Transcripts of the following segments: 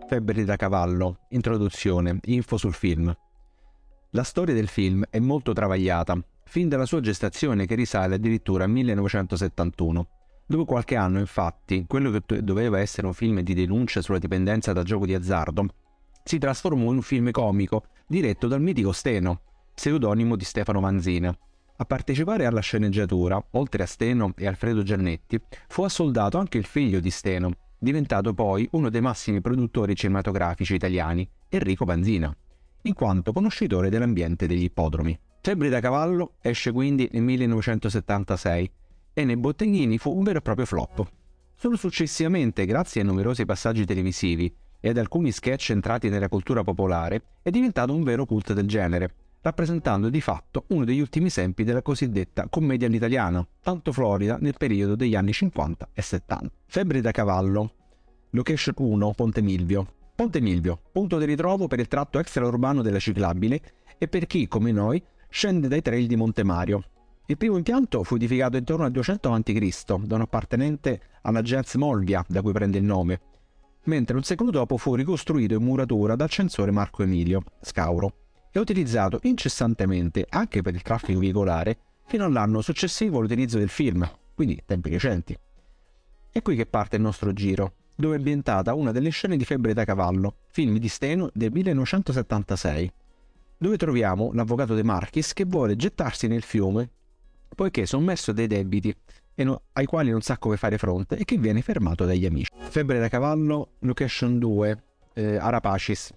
Febbre da cavallo, introduzione, info sul film. La storia del film è molto travagliata, fin dalla sua gestazione che risale addirittura al 1971. Dopo qualche anno, infatti, quello che doveva essere un film di denuncia sulla dipendenza da gioco di azzardo si trasformò in un film comico diretto dal mitico Steno, pseudonimo di Stefano Manzina. A partecipare alla sceneggiatura, oltre a Steno e Alfredo Giannetti, fu assoldato anche il figlio di Steno, diventato poi uno dei massimi produttori cinematografici italiani, Enrico Manzina, in quanto conoscitore dell'ambiente degli ippodromi. Febbre da cavallo esce quindi nel 1976 e nei botteghini fu un vero e proprio flop. Solo successivamente, grazie a numerosi passaggi televisivi e ad alcuni sketch entrati nella cultura popolare, è diventato un vero cult del genere, rappresentando di fatto uno degli ultimi esempi della cosiddetta commedia all'italiana, tanto florida nel periodo degli anni 50 e 70. Febbre da cavallo, location 1, Ponte Milvio. Ponte Milvio, punto di ritrovo per il tratto extraurbano della ciclabile e per chi, come noi, scende dai trail di Monte Mario. Il primo impianto fu edificato intorno al 200 a.C. da un appartenente alla gens Molvia, da cui prende il nome, mentre un secolo dopo fu ricostruito in muratura dal censore Marco Emilio Scauro e utilizzato incessantemente anche per il traffico veicolare fino all'anno successivo all'utilizzo del film, quindi tempi recenti. È qui che parte il nostro giro, dove è ambientata una delle scene di Febbre da cavallo, film di Steno del 1976, dove troviamo l'avvocato De Marchis che vuole gettarsi nel fiume poiché sommerso dai debiti ai quali non sa come fare fronte e che viene fermato dagli amici. Febbre da cavallo, location 2, Arapacis.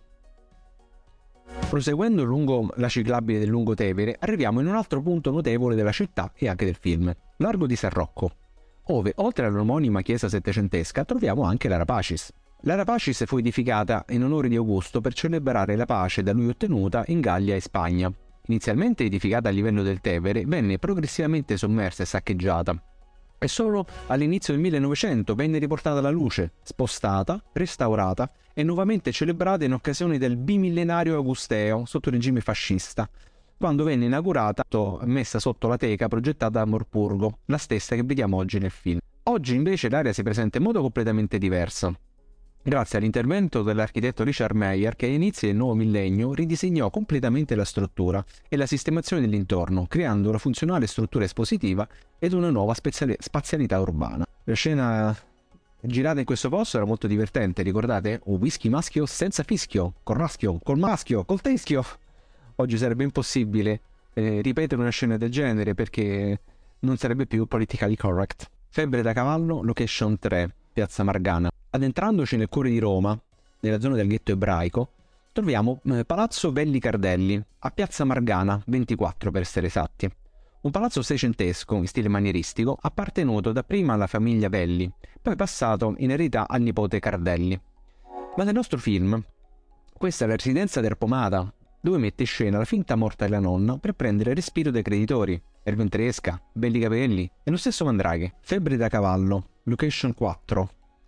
Proseguendo lungo la ciclabile del Lungotevere, arriviamo in un altro punto notevole della città e anche del film, Largo di San Rocco, ove, oltre all'omonima chiesa settecentesca, troviamo anche l'Arapacis. L'Arapacis fu edificata in onore di Augusto per celebrare la pace da lui ottenuta in Gallia e Spagna. Inizialmente edificata a livello del Tevere, venne progressivamente sommersa e saccheggiata, e solo all'inizio del 1900 venne riportata alla luce, spostata, restaurata e nuovamente celebrata in occasione del bimillenario augusteo sotto il regime fascista, quando venne inaugurata e messa sotto la teca progettata da Morpurgo, la stessa che vediamo oggi nel film. Oggi invece l'area si presenta in modo completamente diverso, grazie all'intervento dell'architetto Richard Meyer che all'inizio del nuovo millennio ridisegnò completamente la struttura e la sistemazione dell'intorno, creando una funzionale struttura espositiva ed una nuova spazialità urbana. La scena girata in questo posto era molto divertente, ricordate? Un whisky maschio senza fischio, col raschio, col maschio, col teschio. Oggi sarebbe impossibile ripetere una scena del genere perché non sarebbe più politically correct. Febbre da cavallo, location 3, Piazza Margana. Addentrandoci nel cuore di Roma, nella zona del ghetto ebraico, troviamo Palazzo Belli Cardelli, a Piazza Margana 24 per essere esatti. Un palazzo seicentesco in stile manieristico appartenuto dapprima alla famiglia Belli, poi passato in eredità al nipote Cardelli. Ma nel nostro film, questa è la residenza del Pomata, dove mette in scena la finta morta della nonna per prendere il respiro dai creditori, Erwin Tresca, Belli Capelli e lo stesso Mandraghe. Febbre da cavallo, location 4,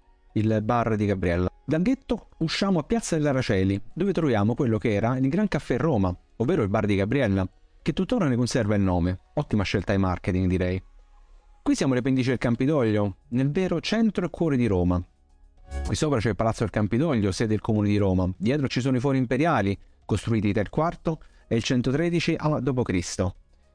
il bar di Gabriella. Dal ghetto usciamo a Piazza dell'Araceli, dove troviamo quello che era il Gran Caffè Roma, ovvero il bar di Gabriella, che tuttora ne conserva il nome. Ottima scelta di marketing, direi. Qui siamo alle pendici del Campidoglio, nel vero centro e cuore di Roma. Qui sopra c'è il Palazzo del Campidoglio, sede del Comune di Roma. Dietro ci sono i fori imperiali, costruiti tra il IV e il 113 d.C.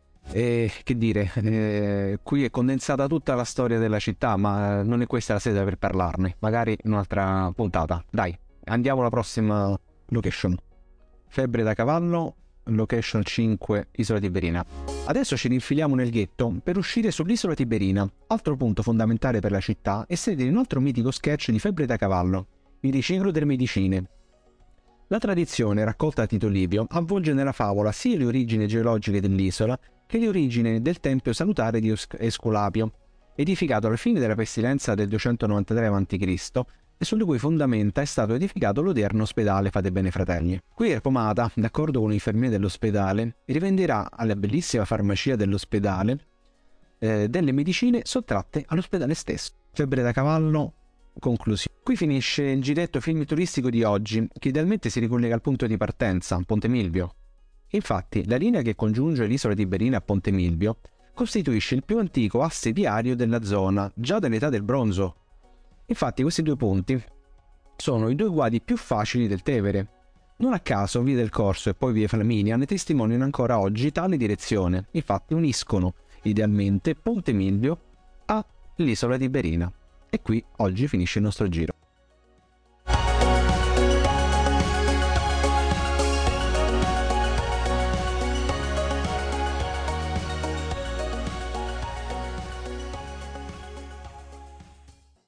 E che dire, qui è condensata tutta la storia della città, ma non è questa la sede per parlarne, magari in un'altra puntata. Dai, andiamo alla prossima location. Febbre da cavallo, location 5, Isola Tiberina. Adesso ci rinfiliamo nel ghetto per uscire sull'isola Tiberina, altro punto fondamentale per la città e sede di un altro mitico sketch di Febbre da cavallo, il riciclo delle medicine. La tradizione, raccolta da Tito Livio, avvolge nella favola sia le origini geologiche dell'isola che le origini del tempio salutare di Esculapio, edificato alla fine della pestilenza del 293 a.C. e sulle cui fondamenta è stato edificato l'odierno ospedale Fate Bene Fratelli. Qui il Pomata, d'accordo con l'infermiere dell'ospedale, rivenderà alla bellissima farmacia dell'ospedale delle medicine sottratte all'ospedale stesso. Febbre da cavallo, conclusione. Qui finisce il giretto film turistico di oggi, che idealmente si ricollega al punto di partenza, Ponte Milvio. Infatti, la linea che congiunge l'isola Tiberina a Ponte Milvio costituisce il più antico asse viario della zona, già dall'età del bronzo. Infatti questi due punti sono i due guadi più facili del Tevere. Non a caso Via del Corso e poi Via Flaminia ne testimoniano ancora oggi tale direzione, infatti uniscono idealmente Ponte Milvio all'isola di Berina. E qui oggi finisce il nostro giro.